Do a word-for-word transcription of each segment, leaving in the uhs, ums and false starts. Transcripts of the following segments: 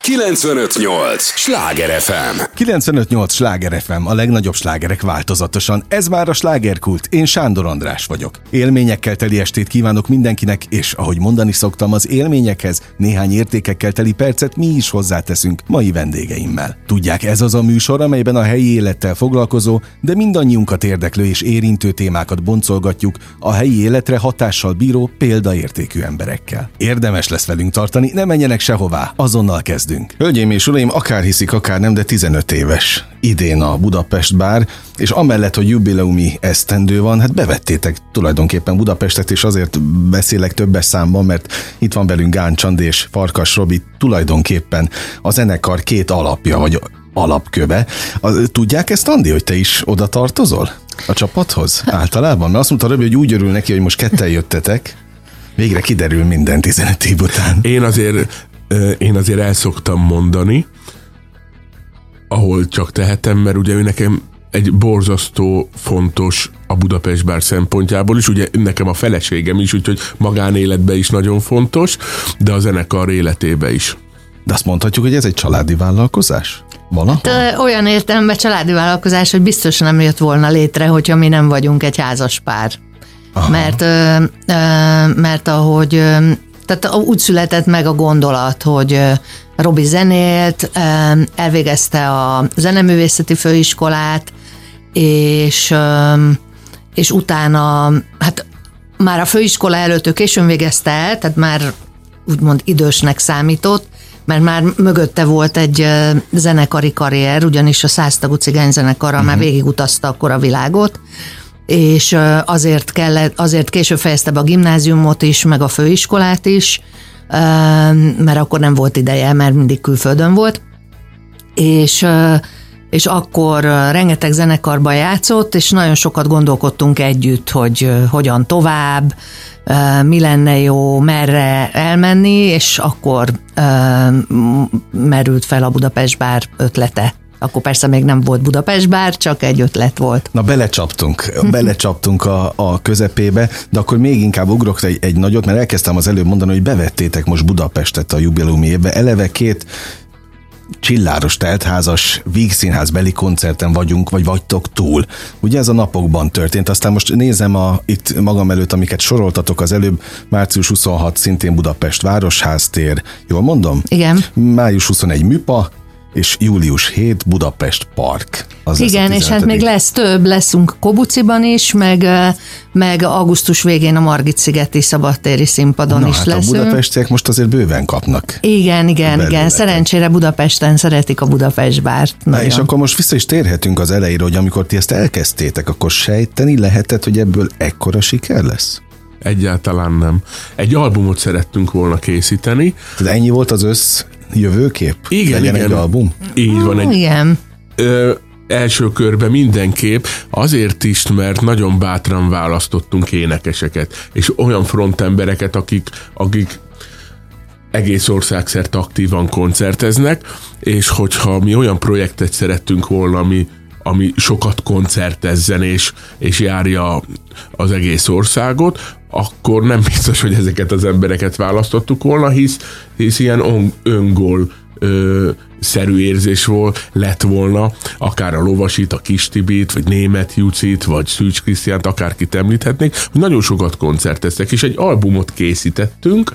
kilencvenöt nyolc Sláger ef em. kilencvenöt nyolc Sláger ef em, a legnagyobb slágerek változatosan. Ez már a Slágerkult. Én Sándor András vagyok. Élményekkel teli estét kívánok mindenkinek, és ahogy mondani szoktam, az élményekhez néhány értékekkel teli percet mi is hozzáteszünk mai vendégeimmel. Tudják, ez az a műsor, amelyben a helyi élettel foglalkozó, de mindannyiunkat érdeklő és érintő témákat boncolgatjuk a helyi életre hatással bíró példaértékű emberekkel. Érdemes lesz velünk tartani, ne menjenek sehová, azonnal kezdünk. Hölgyeim és uraim, akár hiszik, akár nem, de tizenöt éves idén a Budapest Bár, és amellett, hogy jubileumi esztendő van, hát bevettétek tulajdonképpen Budapestet, és azért beszélek többes számban, mert itt van velünk Gán Csandi és Farkas Robi, tulajdonképpen a zenekar két alapja, vagy alapköve. Tudják ezt, Andi, hogy te is oda tartozol a csapathoz általában? Mert azt mondta Robi, hogy úgy örül neki, hogy most ketten jöttetek. Végre kiderül minden tizenöt év után. Én azért, én azért el szoktam mondani, ahol csak tehetem, mert ugye ő nekem egy borzasztó fontos a Budapest Bár szempontjából is, ugye nekem a feleségem is, úgyhogy magánéletben is nagyon fontos, de a zenekar életében is. De azt mondhatjuk, hogy ez egy családi vállalkozás? Valahol? Hát, ö, olyan értelemben családi vállalkozás, hogy biztos nem jött volna létre, hogyha mi nem vagyunk egy házas pár. Aha. Mert, ö, ö, mert ahogy, ö, tehát úgy született meg a gondolat, hogy ö, Robi zenélt, ö, elvégezte a zeneművészeti főiskolát, és, ö, és utána, hát már a főiskola előtt ő későn végezte el, tehát már úgymond idősnek számított, mert már mögötte volt egy zenekari karrier, ugyanis a száztagú cigányzenekarral uh-huh. már végigutazta akkor a világot, és azért kellett, azért később fejezte be a gimnáziumot is, meg a főiskolát is, mert akkor nem volt ideje, mert mindig külföldön volt, és, és akkor rengeteg zenekarban játszott, és nagyon sokat gondolkodtunk együtt, hogy hogyan tovább, mi lenne jó, merre elmenni, és akkor merült fel a Budapest Bár ötlete. Akkor persze még nem volt Budapest Bár, csak egy ötlet volt. Na belecsaptunk, belecsaptunk a, a közepébe, de akkor még inkább ugrok egy, egy nagyot, mert elkezdtem az előbb mondani, hogy bevettétek most Budapestet a jubileumi évbe. Eleve két csilláros teltházas Vígszínház beli koncerten vagyunk, vagy vagytok túl. Ugye ez a napokban történt, aztán most nézem a, itt magam előtt, amiket soroltatok az előbb, március huszonhat szintén Budapest Városháztér, jól mondom? Igen. május huszonegy Műpa, és július hetedike Budapest Park. Az igen, és hát még lesz több, leszünk Kobuciban is, meg, meg augusztus végén a Margit-szigeti szabadtéri színpadon Na, is hát leszünk. a budapestiek most azért bőven kapnak. Igen, igen, belületet. igen. Szerencsére Budapesten szeretik a Budapest Bárt. Na, és akkor most vissza is térhetünk az elejére, hogy amikor ti ezt elkezdtétek, akkor sejteni lehetett, hogy ebből ekkora siker lesz? Egyáltalán nem. Egy albumot szerettünk volna készíteni. Tehát ennyi volt az össz jövőkép? Igen, Legyen igen. egy album? Így van. Egy, igen. Ö, első körben mindenképp, azért is, mert nagyon bátran választottunk énekeseket, és olyan frontembereket, akik, akik egész országszerte aktívan koncerteznek, és hogyha mi olyan projektet szerettünk volna, ami, ami sokat koncertezzen, és, és járja az egész országot, akkor nem biztos, hogy ezeket az embereket választottuk volna, hisz, hisz ilyen on, öngól ö, szerű érzés volt, lett volna, akár a Lovasit, a Kis Tibit, vagy Németh Jucit, vagy Szűcs Krisztiánt, akárkit említhetnék, hogy nagyon sokat koncerteztek, és egy albumot készítettünk,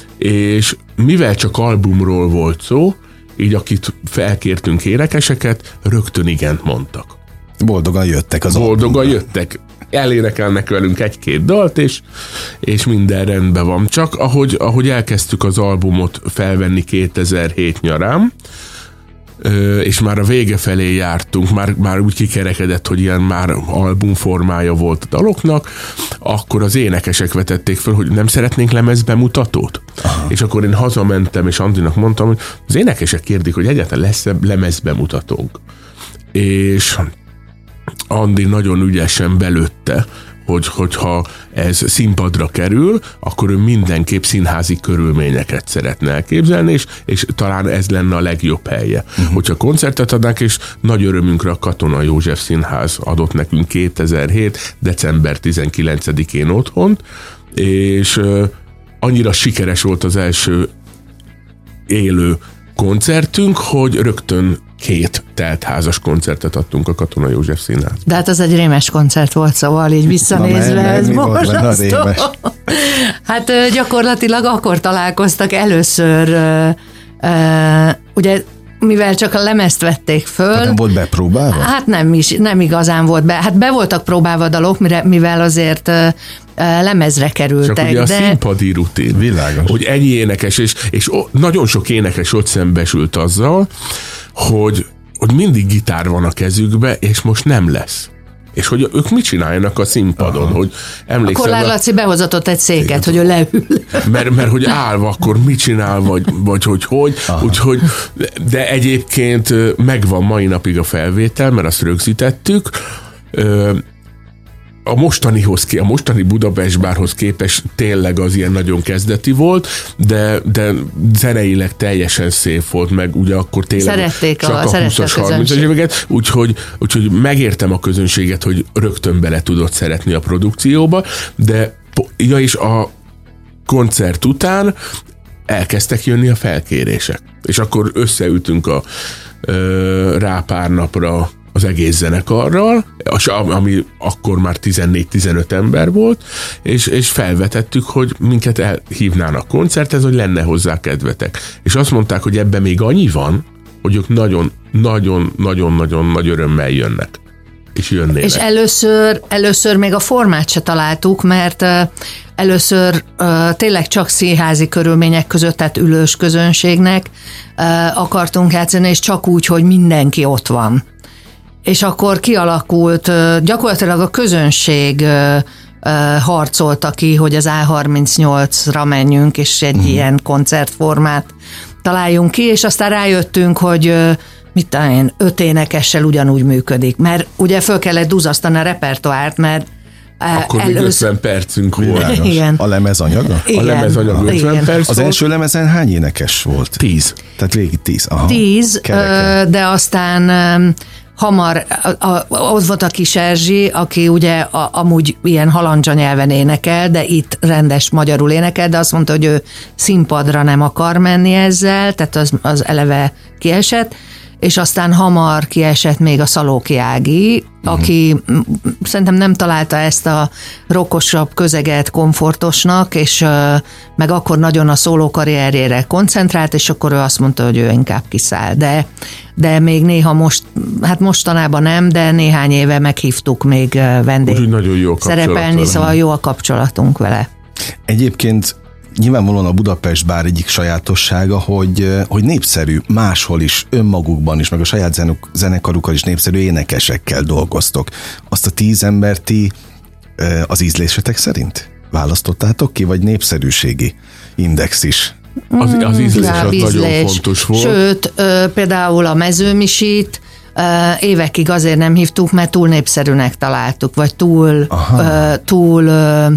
és mivel csak albumról volt szó, így akit felkértünk énekeseket, rögtön igent mondtak. Boldogan jöttek az Boldogan albumra. jöttek. Elénekelnek velünk egy-két dalt, és, és minden rendben van. Csak ahogy, ahogy elkezdtük az albumot felvenni kétezer-hét nyarán, és már a vége felé jártunk, már, már úgy kikerekedett, hogy ilyen már albumformája volt a daloknak, akkor az énekesek vetették fel, hogy nem szeretnénk lemezbemutatót. Aha. És akkor én hazamentem, és Andinak mondtam, hogy az énekesek kérdik, hogy egyáltalán lesz-e lemezbemutatónk. És Andi nagyon ügyesen belőtte, hogy, hogyha ez színpadra kerül, akkor ő mindenképp színházi körülményeket szeretne elképzelni, és, és talán ez lenne a legjobb helye. Uh-huh. Hogyha koncertet adnánk, és nagy örömünkre a Katona József Színház adott nekünk kétezer-hét. december tizenkilencedikén otthont, és uh, annyira sikeres volt az első élő koncertünk, hogy rögtön két teltházas koncertet adtunk a Katona József Színházban. De hát az egy rémes koncert volt, szóval így visszanézve ez borzasztó. Hát gyakorlatilag akkor találkoztak először, ugye mivel csak a lemezt vették föl. Hát nem volt bepróbálva? Hát nem is, nem igazán volt be. Hát be voltak próbálva dalok, mivel azért lemezre kerültek. Csak ugye a de... színpadi rutin. Világos. Hogy ennyi énekes, és, és nagyon sok énekes ott szembesült azzal, hogy, hogy mindig gitár van a kezükbe, és most nem lesz. És hogy ők mit csináljanak a színpadon, aha. hogy emlékszem... Akkor Lár Laci behozatott egy széket, széket, hogy ő leül. Mert, mert hogy állva, akkor mit csinál, vagy, vagy hogy hogy. Úgyhogy, de egyébként megvan mai napig a felvétel, mert azt rögzítettük. A mostanihoz, a mostani Budapest bárhoz képest tényleg az ilyen nagyon kezdeti volt, de, de zeneileg teljesen szép volt, meg ugye akkor tényleg szerették csak a, a húszas, harmincas éveket, úgyhogy, úgyhogy megértem a közönséget, hogy rögtön bele tudott szeretni a produkcióba, de ja, és a koncert után elkezdtek jönni a felkérések, és akkor összeültünk a, ö, rá pár napra az egész zenekarral, ami akkor már tizennégy-tizenöt ember volt, és, és felvetettük, hogy minket elhívnának koncerthez, hogy lenne hozzá kedvetek. És azt mondták, hogy ebben még annyi van, hogy ők nagyon-nagyon-nagyon-nagyon nagy örömmel jönnek. És jönnének. És először, először még a formát se találtuk, mert uh, először uh, tényleg csak színházi körülmények között, tehát ülős közönségnek uh, akartunk játszani, és csak úgy, hogy mindenki ott van. És akkor kialakult, gyakorlatilag a közönség harcolta ki, hogy az á harmincnyolcra menjünk, és egy uh-huh. ilyen koncertformát találjunk ki, és aztán rájöttünk, hogy mit tudom én, öt énekessel ugyanúgy működik, mert ugye föl kellett duzasztani a repertoárt, mert akkor még először... ötven percünk volt. Igen. A lemezanyaga? Igen. A lemezanyag ötven igen. perc. Az első lemezen hány énekes volt? Tíz. Tehát végig tíz. Aha. Tíz, Kereken. De aztán hamar, a, a, ott volt a Kis Erzsi, aki ugye a, amúgy ilyen halandzsa nyelven énekel, de itt rendes magyarul énekel, de azt mondta, hogy ő színpadra nem akar menni ezzel, tehát az, az eleve kiesett, és aztán hamar kiesett még a Szalóki Ági, aki uh-huh. szerintem nem találta ezt a rockosabb közeget komfortosnak, és uh, meg akkor nagyon a szóló karrierjére koncentrált, és akkor ő azt mondta, hogy ő inkább kiszáll. De, de még néha most, hát mostanában nem, de néhány éve meghívtuk még vendég nagyon jó szerepelni, szóval jó a kapcsolatunk vele. Egyébként nyilvánvalóan a Budapest bár egyik sajátossága, hogy, hogy népszerű máshol is, önmagukban is, meg a saját zenekarukkal is népszerű énekesekkel dolgoztok. Azt a tíz embert ti az ízlésetek szerint választottátok ki, vagy népszerűségi index is? Az, az ízlés az nagyon fontos volt. Sőt, például a Mezőmisit évekig azért nem hívtuk, mert túl népszerűnek találtuk, vagy túl, Aha. túl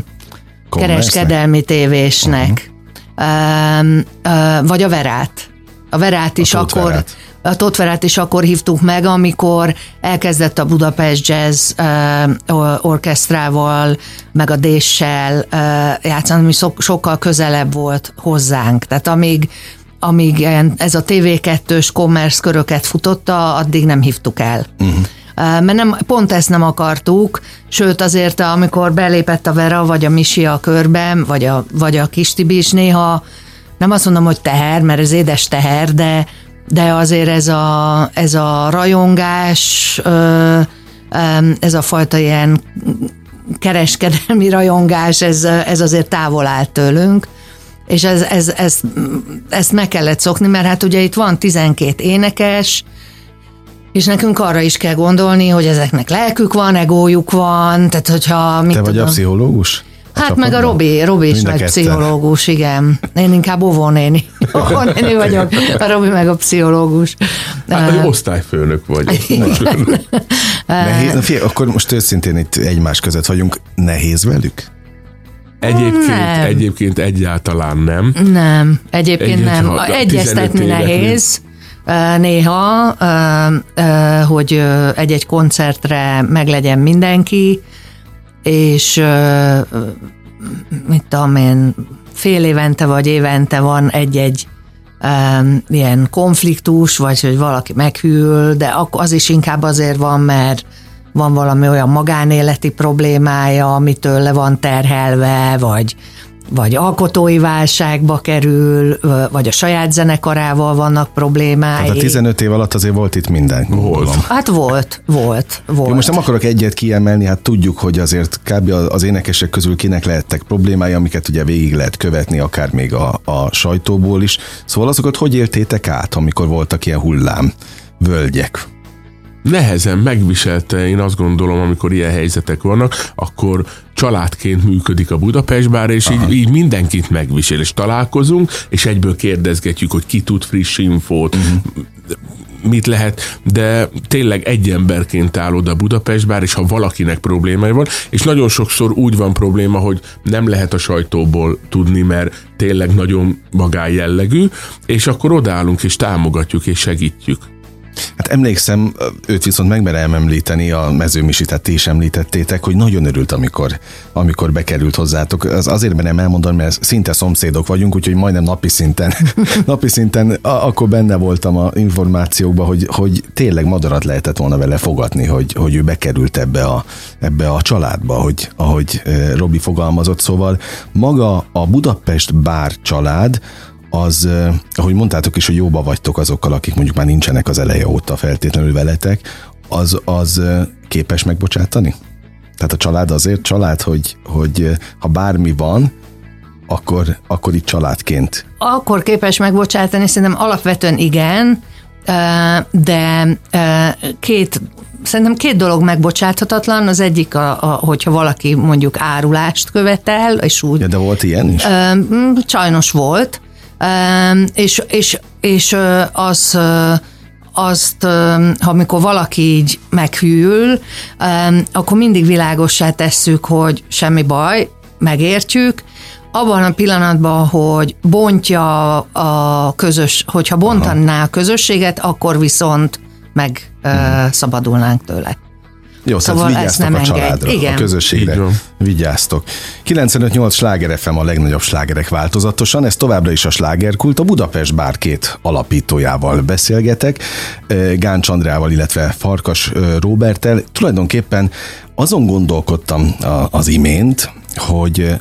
kereskedelmi tévésnek. Uh-huh. Uh, vagy a Verát. A Verát is a akkor Verát. A Tóth is akkor hívtuk meg, amikor elkezdett a Budapest Jazz uh, orkesztrával, meg a Déssel uh, játszani, ami so, sokkal közelebb volt hozzánk. Tehát amíg, amíg ez a té vé kettős commerce köröket futotta, addig nem hívtuk el. Uh-huh. Mert nem, pont ezt nem akartuk, sőt azért, amikor belépett a Vera, vagy a Misi a körben, vagy a, vagy a Kis Tibi is néha, nem azt mondom, hogy teher, mert ez édes teher, de, de azért ez a, ez a rajongás, ez a fajta ilyen kereskedelmi rajongás, ez, ez azért távol áll tőlünk, és ez, ez, ez, ezt meg kellett szokni, mert hát ugye itt van tizenkét énekes, és nekünk arra is kell gondolni, hogy ezeknek lelkük van, egójuk van, tehát hogyha... Mit Te vagy tudom, a pszichológus? A hát csapatban? Meg a Robi, Robi is meg pszichológus, igen. Én inkább óvónéni. Óvónéni vagyok, a Robi meg a pszichológus. Hát, uh, osztályfőnök vagy. Nehéz, na figyelj, akkor most őszintén itt egymás között vagyunk. Nehéz velük? Egyébként, nem. egyébként egyáltalán nem. Nem, egyébként Egyet, nem. Egyeztetni nehéz. Néha, hogy egy-egy koncertre meglegyen mindenki, és mit tudom én, fél évente vagy évente van egy-egy ilyen konfliktus, vagy hogy valaki meghűl, de az is inkább azért van, mert van valami olyan magánéleti problémája, amitől le van terhelve, vagy, vagy alkotói válságba kerül, vagy a saját zenekarával vannak problémái. Tehát a tizenöt év alatt azért volt itt minden. Volt. Hát volt, volt, volt. Én most nem akarok egyet kiemelni, hát tudjuk, hogy azért kb. Az énekesek közül kinek lehettek problémái, amiket ugye végig lehet követni, akár még a, a sajtóból is. Szóval azokat hogy éltétek át, amikor voltak ilyen hullám, völgyek? Nehezen megviselte, én azt gondolom, amikor ilyen helyzetek vannak, akkor családként működik a Budapest Bár, és így, így mindenkit megvisel, és találkozunk, és egyből kérdezgetjük, hogy ki tud friss infót, uh-huh. mit lehet, de tényleg egy emberként áll oda Budapest Bár, és ha valakinek problémája van, és nagyon sokszor úgy van probléma, hogy nem lehet a sajtóból tudni, mert tényleg nagyon magánjellegű, és akkor odaállunk, és támogatjuk, és segítjük. Hát emlékszem, őt viszont megmerem említeni, a Mezőmisi, tehát ti is említettétek, hogy nagyon örült, amikor, amikor bekerült hozzátok. Az azért merem elmondani, mert szinte szomszédok vagyunk, úgyhogy majdnem napi szinten, napi szinten akkor benne voltam az információkban, hogy, hogy tényleg madarat lehetett volna vele fogadni, hogy, hogy ő bekerült ebbe a, ebbe a családba, hogy, ahogy Robi fogalmazott. Szóval maga a Budapest Bár család, az, ahogy mondtátok is, hogy jóba vagytok azokkal, akik mondjuk már nincsenek az eleje óta feltétlenül veletek, az, az képes megbocsátani? Tehát a család azért család, hogy, hogy ha bármi van, akkor, akkor itt családként. Akkor képes megbocsátani, szerintem alapvetően igen, de két, szerintem két dolog megbocsáthatatlan. Az egyik, a, a, hogyha valaki mondjuk árulást követel, és úgy... Ja, de volt ilyen is? Sajnos volt. Um, és, és, és uh, az, uh, azt, uh, amikor valaki így meghűl, um, akkor mindig világossá tesszük, hogy semmi baj, megértjük. Abban a pillanatban, hogy bontja a közös, hogyha bontaná a közösséget, akkor viszont meg uh, szabadulnánk tőle. Jó, szóval tehát vigyáztok a családra, igen. a közösségre. Vigyáztok. kilencvenöt nyolc Sláger ef em a legnagyobb slágerek változatosan, ez továbbra is a Slágerkult, a Budapest Bár két alapítójával beszélgetek, Gáncs Andrával, illetve Farkas Róberttel. Tulajdonképpen azon gondolkodtam az imént, hogy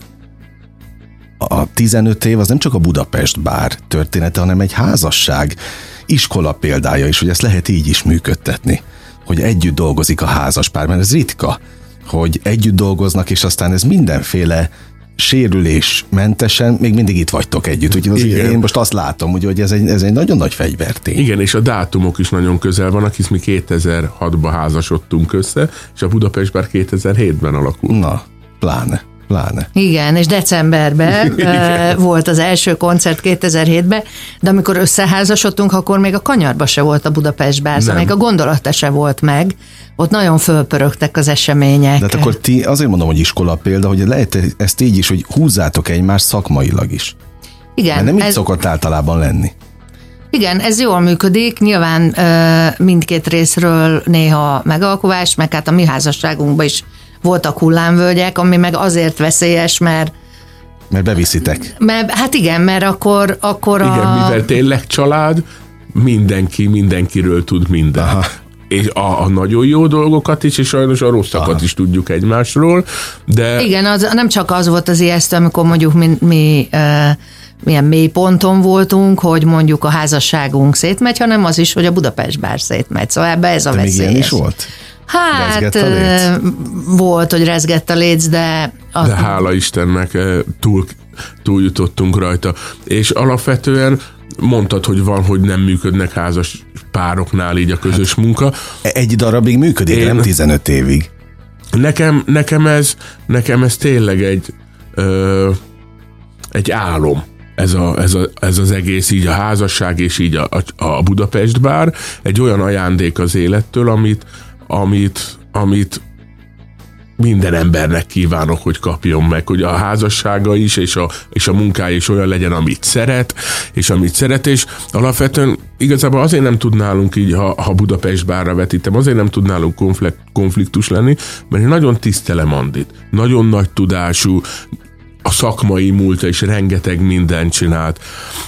a tizenöt év az nem csak a Budapest Bár története, hanem egy házasság iskola példája is, hogy ezt lehet így is működtetni, hogy együtt dolgozik a házaspár, mert ez ritka, hogy együtt dolgoznak, és aztán ez mindenféle sérülésmentesen még mindig itt vagytok együtt. Úgyhogy én most azt látom, hogy ez egy, ez egy nagyon nagy fegyvertény. Igen, és a dátumok is nagyon közel vannak, hisz mi kétezer-hatban házasodtunk össze, és a Budapest Bár kétezer-hétben alakult. Na, pláne. Pláne. Igen, és decemberben Igen. volt az első koncert kétezer-hétben, de amikor összeházasodtunk, akkor még a kanyarba se volt a Budapest Bár, még a gondolata se volt meg. Ott nagyon fölpörögtek az események. De hát akkor ti, azért mondom, hogy iskola példa, hogy lehet ezt így is, hogy húzzátok egymást szakmailag is. Igen. Mert nem így ez... szokott általában lenni. Igen, ez jól működik, nyilván mindkét részről néha megalkovás, meg hát a mi házasságunkban is voltak hullámvölgyek, ami meg azért veszélyes, mert Mert beviszitek. Mert, hát igen, mert akkor, akkor igen, a... mivel tényleg család, mindenki mindenkiről tud mindent. Aha. És a, a nagyon jó dolgokat is, és sajnos a rosszakat Aha. is tudjuk egymásról, de... Igen, az, nem csak az volt az ijesztő, amikor mondjuk mi, mi uh, milyen mély ponton voltunk, hogy mondjuk a házasságunk szétmegy, hanem az is, hogy a Budapest Bár szétmegy. Szóval ebbe ez a de veszélyes. még ilyen is volt? Hát volt, hogy rezgett a léc, de... A... De hála Istennek túl, túl jutottunk rajta. És alapvetően mondtad, hogy van, hogy nem működnek házas pároknál így a közös hát, munka. Egy darabig működik, Én... nem tizenöt évig. Nekem, nekem, ez, nekem ez tényleg egy, ö, egy álom. Ez, a, ez, a, ez az egész, így a házasság és így a, a Budapest Bár. Egy olyan ajándék az élettől, amit amit, amit minden embernek kívánok, hogy kapjon meg, hogy a házassága is, és a, és a munkája is olyan legyen, amit szeret, és amit szeret, és alapvetően igazából azért nem tudnálunk így, ha, ha Budapest Bárra vetítem, azért nem tudnálunk konflikt, konfliktus lenni, mert én nagyon tisztelem Andit. Nagyon nagy tudású, a szakmai múlta is rengeteg mindent csinált,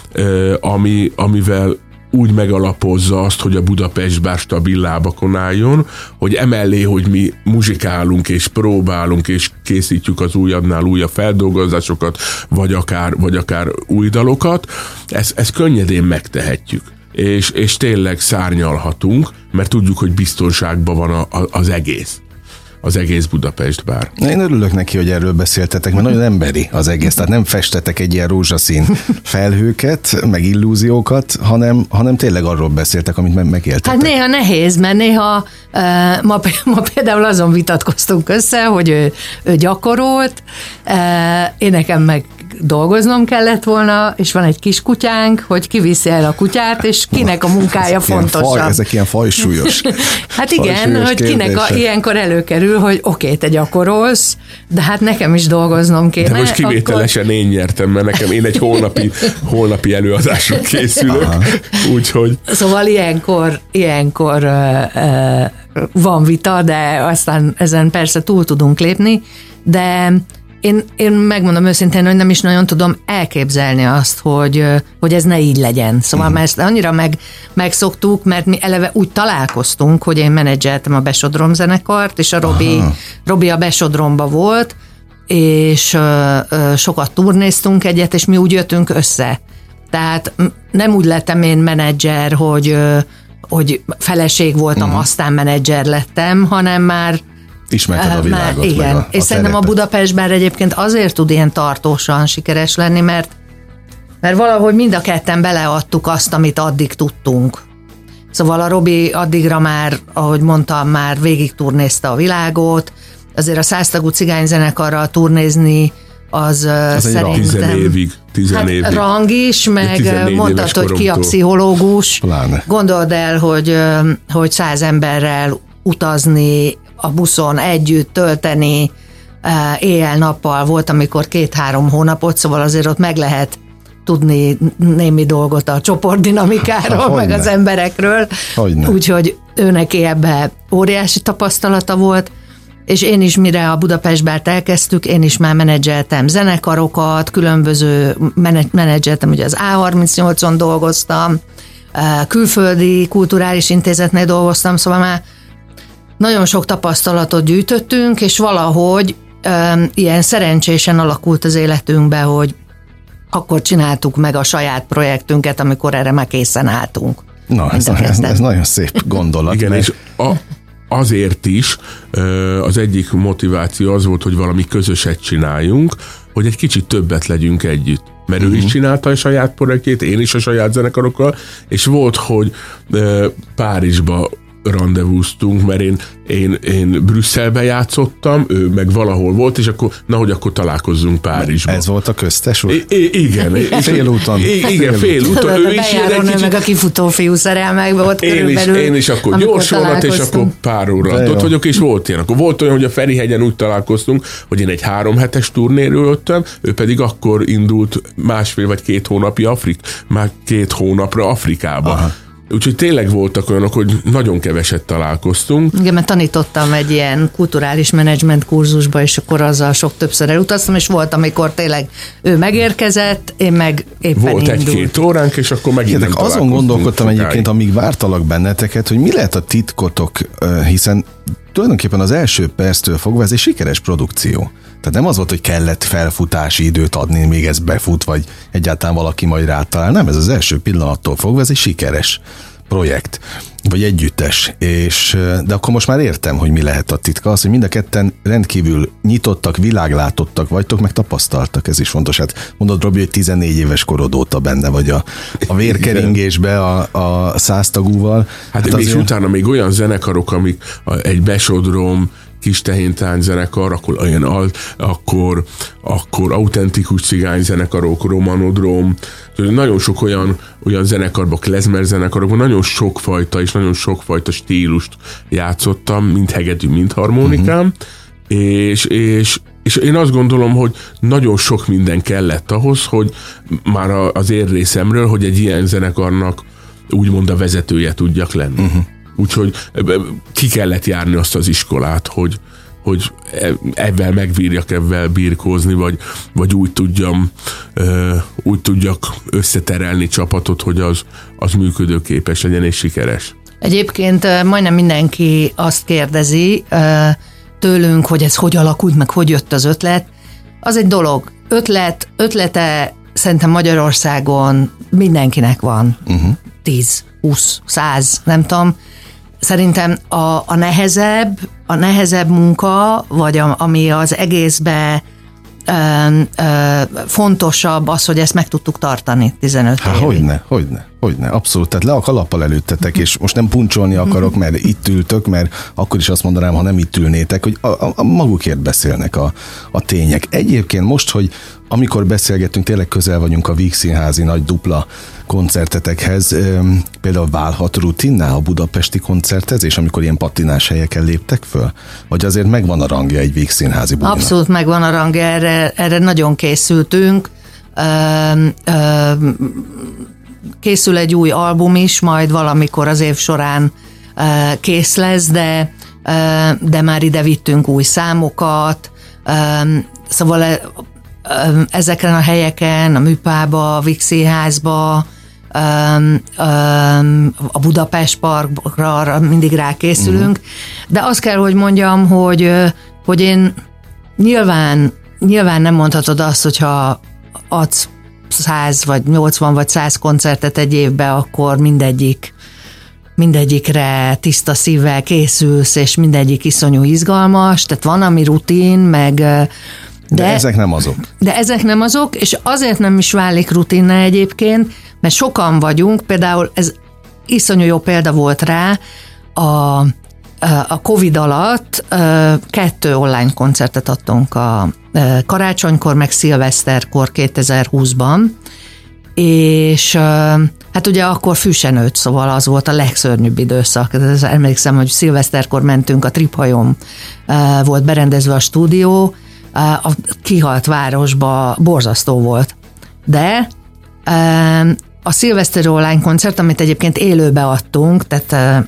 ami, amivel úgy megalapozza azt, hogy a Budapest bár stabil lábakon álljon, hogy emellé, hogy mi muzsikálunk és próbálunk és készítjük az újabbnál újabb feldolgozásokat, vagy akár, vagy akár új dalokat, ezt, ezt könnyedén megtehetjük. És, és tényleg szárnyalhatunk, mert tudjuk, hogy biztonságban van a, a, az egész. Az egész Budapest bár. Én örülök neki, hogy erről beszéltetek, mert nagyon emberi az egész. Tehát nem festetek egy ilyen rózsaszín felhőket, meg illúziókat, hanem, hanem tényleg arról beszéltek, amit meg megéltetek. Hát néha nehéz, mert néha uh, ma, ma például azon vitatkoztunk össze, hogy ő, ő gyakorolt, uh, én nekem meg dolgoznom kellett volna, és van egy kis kutyánk, hogy kiviszi el a kutyát, és kinek a munkája ezek fontosabb. Faj, ezek ilyen fajsúlyos. Hát igen, fajsúlyos hogy kinek a, ilyenkor előkerül, hogy oké, okay, te gyakorolsz, de hát nekem is dolgoznom kéne. De most kivételesen akkor... én nyertem, mert nekem én egy holnapi, holnapi előadásra készülök, úgyhogy... Szóval ilyenkor, ilyenkor uh, uh, van vita, de aztán ezen persze túl tudunk lépni, de Én, én megmondom őszintén, hogy nem is nagyon tudom elképzelni azt, hogy, hogy ez ne így legyen. Szóval uh-huh. mert ezt annyira meg, megszoktuk, mert mi eleve úgy találkoztunk, hogy én menedzseltem a Besodrom zenekart, és a Robi, Robi a Besodromba volt, és ö, ö, sokat turnéztunk egyet, és mi úgy jöttünk össze. Tehát nem úgy lettem én menedzser, hogy, ö, hogy feleség voltam, uh-huh. aztán menedzser lettem, hanem már ismerted a világot. Már, igen, a, és a szerintem a Budapest bár egyébként azért tud ilyen tartósan sikeres lenni, mert, mert valahogy mind a ketten beleadtuk azt, amit addig tudtunk. Szóval a Robi addigra már, ahogy mondtam, már végig turnézte a világot, azért a száztagú cigányzenekarral turnézni, az, az szerintem... Tizen évig. Tizen hát évig. Rang is, meg mondtad, hogy ki a pszichológus. Pláne. Gondold el, hogy, hogy száz emberrel utazni, a buszon együtt tölteni, éjjel-nappal volt, amikor két-három hónapot, szóval azért ott meg lehet tudni némi dolgot a csoportdinamikáról, ha, meg az emberekről. Úgyhogy ő neki ebbe óriási tapasztalata volt, és én is, mire a Budapest Bárt elkezdtük, én is már menedzseltem zenekarokat, különböző menedzseltem, ugye az á harmincnyolcon dolgoztam, külföldi kulturális intézetnél dolgoztam, szóval már nagyon sok tapasztalatot gyűjtöttünk, és valahogy um, ilyen szerencsésen alakult az életünkbe, hogy akkor csináltuk meg a saját projektünket, amikor erre már készen álltunk. Na, ez, ez, ez nagyon szép gondolat. Igen, mert... és a, azért is az egyik motiváció az volt, hogy valami közöset csináljunk, hogy egy kicsit többet legyünk együtt. Mert uh-huh. ő is csinálta a saját projektjét, én is a saját zenekarokkal, és volt, hogy Párizsba randevúztunk, mert én, én, én Brüsszelbe játszottam, ő meg valahol volt, és akkor, na, hogy akkor találkozzunk Párizsba. Ez volt a köztes út? I- I- igen. Félúton. I- igen, félúton. Ő is ilyen kicsit... meg a kifutó fiú szerelmekbe ott én körülbelül. Is, én is akkor gyors vonat, és akkor pár óra ott vagyok, és volt ilyen. Akkor volt olyan, hogy a Ferihegyen úgy találkoztunk, hogy én egy három hetes turnéről jöttem, ő pedig akkor indult másfél vagy két hónapja Afrik, már két hónapra Afrikába. Aha. Úgyhogy tényleg voltak olyanok, hogy nagyon keveset találkoztunk. Igen, mert tanítottam egy ilyen kulturális menedzsment kurzusba, és akkor azzal sok többször elutaztam, és volt, amikor tényleg ő megérkezett, én meg éppen volt indult. egy-két óránk, és akkor megint nem azon gondolkodtam sokáig. Egyébként, amíg vártalak benneteket, hogy mi lehet a titkotok, hiszen tulajdonképpen az első perctől fogva ez egy sikeres produkció. Tehát nem az volt, hogy kellett felfutási időt adni, még ez befut, vagy egyáltalán valaki majd rátalál. Nem, ez az első pillanattól fogva, ez egy sikeres projekt, vagy együttes. És, de akkor most már értem, hogy mi lehet a titka. Az, hogy mind a ketten rendkívül nyitottak, világlátottak vagytok, meg tapasztaltak. Ez is fontos. Hát mondod, Robi, hogy tizennégy éves korod óta benne vagy a, a vérkeringésbe a, a száztagúval. Hát, hát és azért... utána még olyan zenekarok, amik egy Besodrom, Kis Tehéntánc zenekar, akkor olyan alt, akkor, akkor autentikus cigány zenekarok, Romanodrom, nagyon sok olyan, olyan zenekarban, klezmer zenekarokban, nagyon sokfajta és nagyon sokfajta stílust játszottam, mind hegedű, mind harmonikám, uh-huh. és, és, és én azt gondolom, hogy nagyon sok minden kellett ahhoz, hogy már az én részemről, hogy egy ilyen zenekarnak úgymond a vezetője tudjak lenni. Uh-huh. Úgyhogy ki kellett járni azt az iskolát, hogy, hogy ebben megbírjak ebben birkózni, vagy, vagy úgy tudjam, úgy tudjak összeterelni csapatot, hogy az, az működőképes legyen és sikeres. Egyébként majdnem mindenki azt kérdezi tőlünk, hogy ez hogy alakult, meg hogy jött az ötlet. Az egy dolog. Ötlet, ötlete szerintem Magyarországon mindenkinek van. Uh-huh. tíz, húsz, száz, nem tudom. Szerintem a, a nehezebb, a nehezebb munka, vagy a, ami az egészben ö, ö, fontosabb az, hogy ezt meg tudtuk tartani tizenöt Há, évig. Hogyne, hogyne, hogyne, abszolút. Tehát le a kalappal előttetek, és most nem puncsolni akarok, mert itt ültök, mert akkor is azt mondanám, ha nem itt ülnétek, hogy a, a, a magukért beszélnek a, a tények. Egyébként most, hogy amikor beszélgetünk, tényleg közel vagyunk a Víg Színházi nagy dupla koncertetekhez, például válhat rutinná a budapesti koncertezés, amikor ilyen patinás helyeken léptek föl? Vagy azért megvan a rangja egy Víg Színházi bulinak? Abszolút megvan a rangja, erre, erre nagyon készültünk. Ö, ö, készül egy új album is, majd valamikor az év során ö, kész lesz, de, ö, de már ide vittünk új számokat, ö, szóval ezeken a helyeken, a Műpába, a Víg Színházba, a Budapest Parkra mindig rákészülünk, uh-huh. de azt kell, hogy mondjam, hogy, hogy én nyilván, nyilván nem mondhatod azt, hogyha adsz száz vagy nyolcvan vagy száz koncertet egy évbe, akkor mindegyik mindegyikre tiszta szívvel készülsz, és mindegyik iszonyú izgalmas, tehát van, ami rutin, meg De, de ezek nem azok. De ezek nem azok, és azért nem is válik rutinná egyébként, mert sokan vagyunk, például ez iszonyú jó példa volt rá, a, a Covid alatt kettő online koncertet adtunk a karácsonykor, meg szilveszterkor kétezer-húszban, és hát ugye akkor fű se nőtt, szóval az volt a legszörnyűbb időszak. Emlékszem, hogy szilveszterkor mentünk, a Triphajón volt berendezve a stúdió, a kihalt városba borzasztó volt. De a szilveszteri online koncert, amit egyébként élőbe adtunk, tehát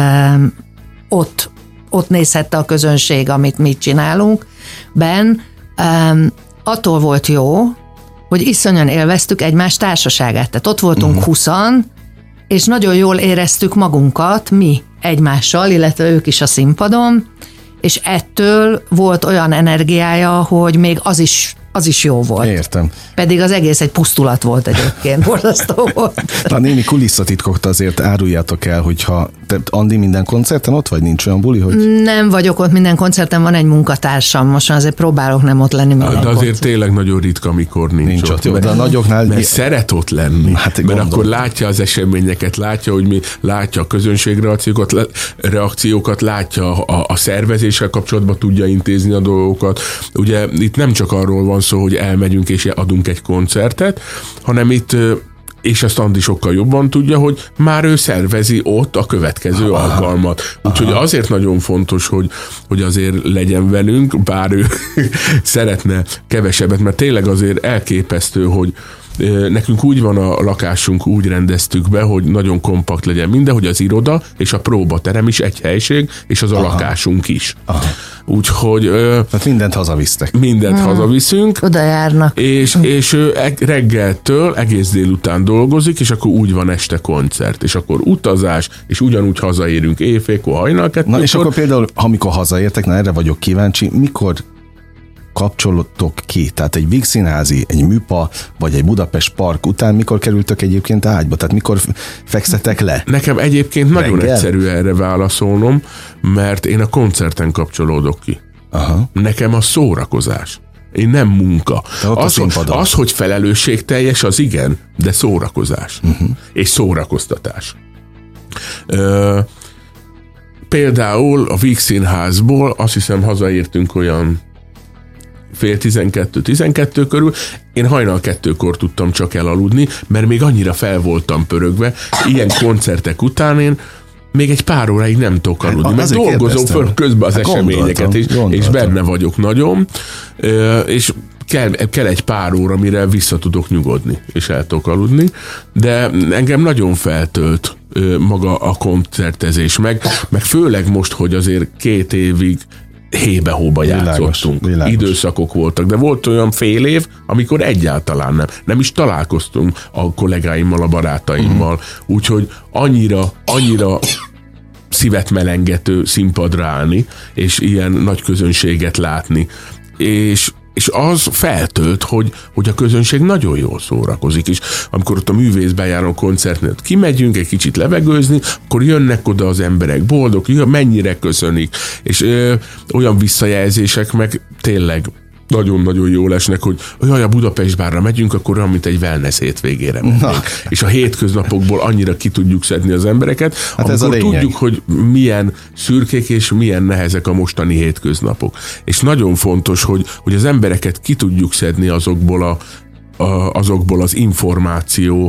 ott, ott nézhette a közönség, amit mi csinálunk, ben attól volt jó, hogy iszonyan élveztük egymás társaságát. Tehát ott voltunk uh-huh. huszan, és nagyon jól éreztük magunkat mi egymással, illetve ők is a színpadon, és ettől volt olyan energiája, hogy még az is, az is jó volt. Értem. Pedig az egész egy pusztulat volt egyébként, borzasztó volt. Na, némi kulisszatitkot azért áruljátok el, hogyha te, Andi, minden koncerten ott vagy? Nincs olyan buli, hogy... Nem vagyok ott minden koncerten, van egy munkatársam, most azért próbálok nem ott lenni. De azért koncert. Tényleg nagyon ritka, mikor nincs, nincs ott. Jó, mert, de a nagyoknál... Mert szeret ott lenni, hát, mert gondolom. Akkor látja az eseményeket, látja, hogy mi, látja a közönségreakciókat, reakciókat, látja a, a szervezéssel kapcsolatban tudja intézni a dolgokat. Ugye itt nem csak arról van szó, hogy elmegyünk és adunk egy koncertet, hanem itt, és azt Andi sokkal jobban tudja, hogy már ő szervezi ott a következő aha, alkalmat. Úgyhogy azért nagyon fontos, hogy, hogy azért legyen velünk, bár ő szeretne kevesebbet, mert tényleg azért elképesztő, hogy nekünk úgy van a lakásunk, úgy rendeztük be, hogy nagyon kompakt legyen minden, hogy az iroda és a próbaterem is egy helység, és az a aha, lakásunk is. Aha. Úgyhogy... Tehát mindent hazavisztek. Mindent hmm. hazaviszünk. Oda járnak. És, és ő reggeltől egész délután dolgozik, és akkor úgy van este koncert, és akkor utazás, és ugyanúgy hazaérünk éjfélkor, hajnal kettőkor. Na és akkor például, amikor hazaértek, na erre vagyok kíváncsi, mikor kapcsolatok ki? Tehát egy Víg Színházi, egy Műpa, vagy egy Budapest Park után mikor kerültök egyébként ágyba? Tehát mikor fekszetek le? Nekem egyébként reggel? Nagyon egyszerű erre válaszolnom, mert én a koncerten kapcsolódok ki. Aha. Nekem a szórakozás. Én nem munka. Az, az, hogy felelősségteljes, az igen, de szórakozás. Uh-huh. És szórakoztatás. Ö, például a Víg Színházból azt hiszem hazaértünk olyan fél tizenkettő, tizenkettő körül, én hajnal kettőkor tudtam csak elaludni, mert még annyira fel voltam pörögve, ilyen koncertek után én még egy pár óráig nem tudok aludni, hát, mert dolgozom föl közben az hát eseményeket, és, és benne vagyok nagyon, és kell, kell egy pár óra, mire vissza tudok nyugodni, és el tudok aludni, de engem nagyon feltölt maga a koncertezés, meg, meg főleg most, hogy azért két évig hébe-hóba játszottunk. Világos. Időszakok voltak, de volt olyan fél év, amikor egyáltalán nem. Nem is találkoztunk a kollégáimmal, a barátaimmal. Uh-huh. Úgyhogy annyira, annyira szívet melengető színpadra állni, és ilyen nagy közönséget látni. És és az feltölt, hogy, hogy a közönség nagyon jól szórakozik, és amikor ott a művészbejáró koncertnél kimegyünk egy kicsit levegőzni, akkor jönnek oda az emberek boldog, mennyire köszönik, és ö, olyan visszajelzések meg tényleg nagyon-nagyon jól esnek, hogy jaj, a Budapest bárra megyünk, akkor olyan, mint egy wellness hétvégére mennénk. És a hétköznapokból annyira ki tudjuk szedni az embereket, hát amikor tudjuk, hogy milyen szürkék és milyen nehezek a mostani hétköznapok. És nagyon fontos, hogy, hogy az embereket ki tudjuk szedni azokból, a, a, azokból az információ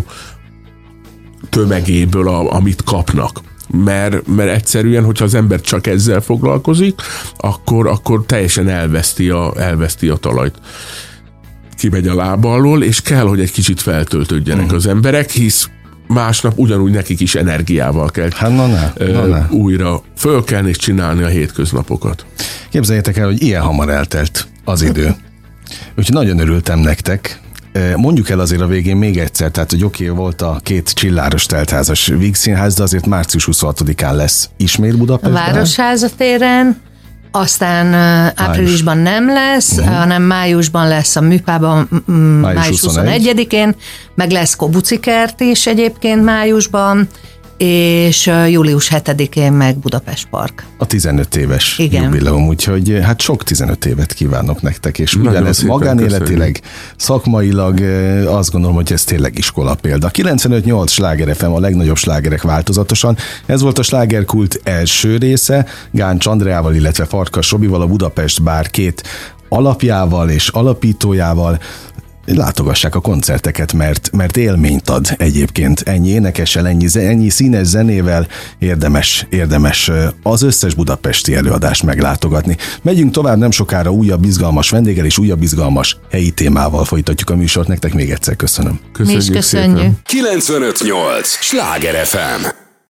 tömegéből, a, amit kapnak. Mert, mert egyszerűen, hogyha az ember csak ezzel foglalkozik, akkor, akkor teljesen elveszti a, elveszti a talajt. Kimegy a lába alól, és kell, hogy egy kicsit feltöltődjenek uh-huh. az emberek, hisz másnap ugyanúgy nekik is energiával kell hát, na ne, ö, na ne. újra fölkelni és csinálni a hétköznapokat. Képzeljétek el, hogy ilyen hamar eltelt az idő. Úgyhogy nagyon örültem nektek. Mondjuk el azért a végén még egyszer, tehát hogy oké, okay, volt a két csilláros teltházas Vígszínház, de azért március huszonhatodikán lesz ismét Budapestben. A Városháza téren, aztán Május. áprilisban nem lesz, uh-huh. hanem májusban lesz a Műpában, m- május, május huszonegyedikén, meg lesz Kobucikert is egyébként májusban, és július hetedikén meg Budapest Park. A tizenöt éves Igen. jubileum, úgyhogy hát sok tizenöt évet kívánok nektek, és ugyanez magánéletileg, köszönjük. Szakmailag azt gondolom, hogy ez tényleg iskola példa. kilencvenöt nyolc Sláger ef em, a legnagyobb slágerek változatosan. Ez volt a Slágerkult első része, Gáncs Andreával, illetve Farkas Robival, a Budapest Bár két alapjával és alapítójával. Látogassák a koncerteket, mert, mert élményt ad egyébként. Ennyi énekessel, ennyi, ennyi színes zenével érdemes, érdemes az összes budapesti előadást meglátogatni. Megyünk tovább, nem sokára újabb izgalmas vendéggel és újabb izgalmas helyi témával folytatjuk a műsort. Nektek még egyszer köszönöm. Köszönjük. Mi is köszönjük. kilencvenöt nyolc Sláger ef em